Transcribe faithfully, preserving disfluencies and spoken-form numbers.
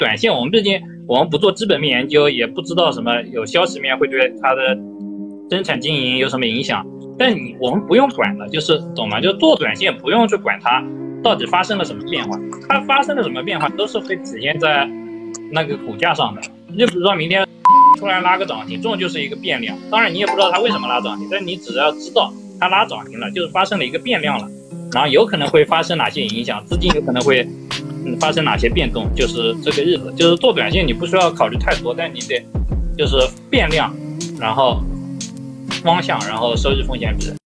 短线我们毕竟我们不做基本面研究，也不知道什么有消息面会对它的生产经营有什么影响。但你我们不用管的，就是懂吗？就做短线不用去管它到底发生了什么变化，它发生了什么变化都是会体现在那个股价上的。就比如说明天突然拉个涨停，这种就是一个变量。当然你也不知道它为什么拉涨停，但你只要知道它拉涨停了，就是发生了一个变量了，然后有可能会发生哪些影响，资金有可能会嗯发生哪些变动，就是这个意思。就是做短线你不需要考虑太多，但你得就是变量，然后方向，然后收益风险比。